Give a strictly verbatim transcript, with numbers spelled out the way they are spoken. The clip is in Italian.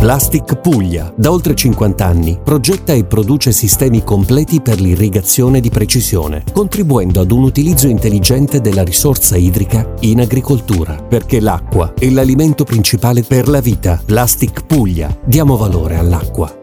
Plastic Puglia, da oltre cinquanta anni, progetta e produce sistemi completi per l'irrigazione di precisione, contribuendo ad un utilizzo intelligente della risorsa idrica in agricoltura, perché l'acqua è l'alimento principale per la vita. Plastic Puglia. Diamo valore all'acqua.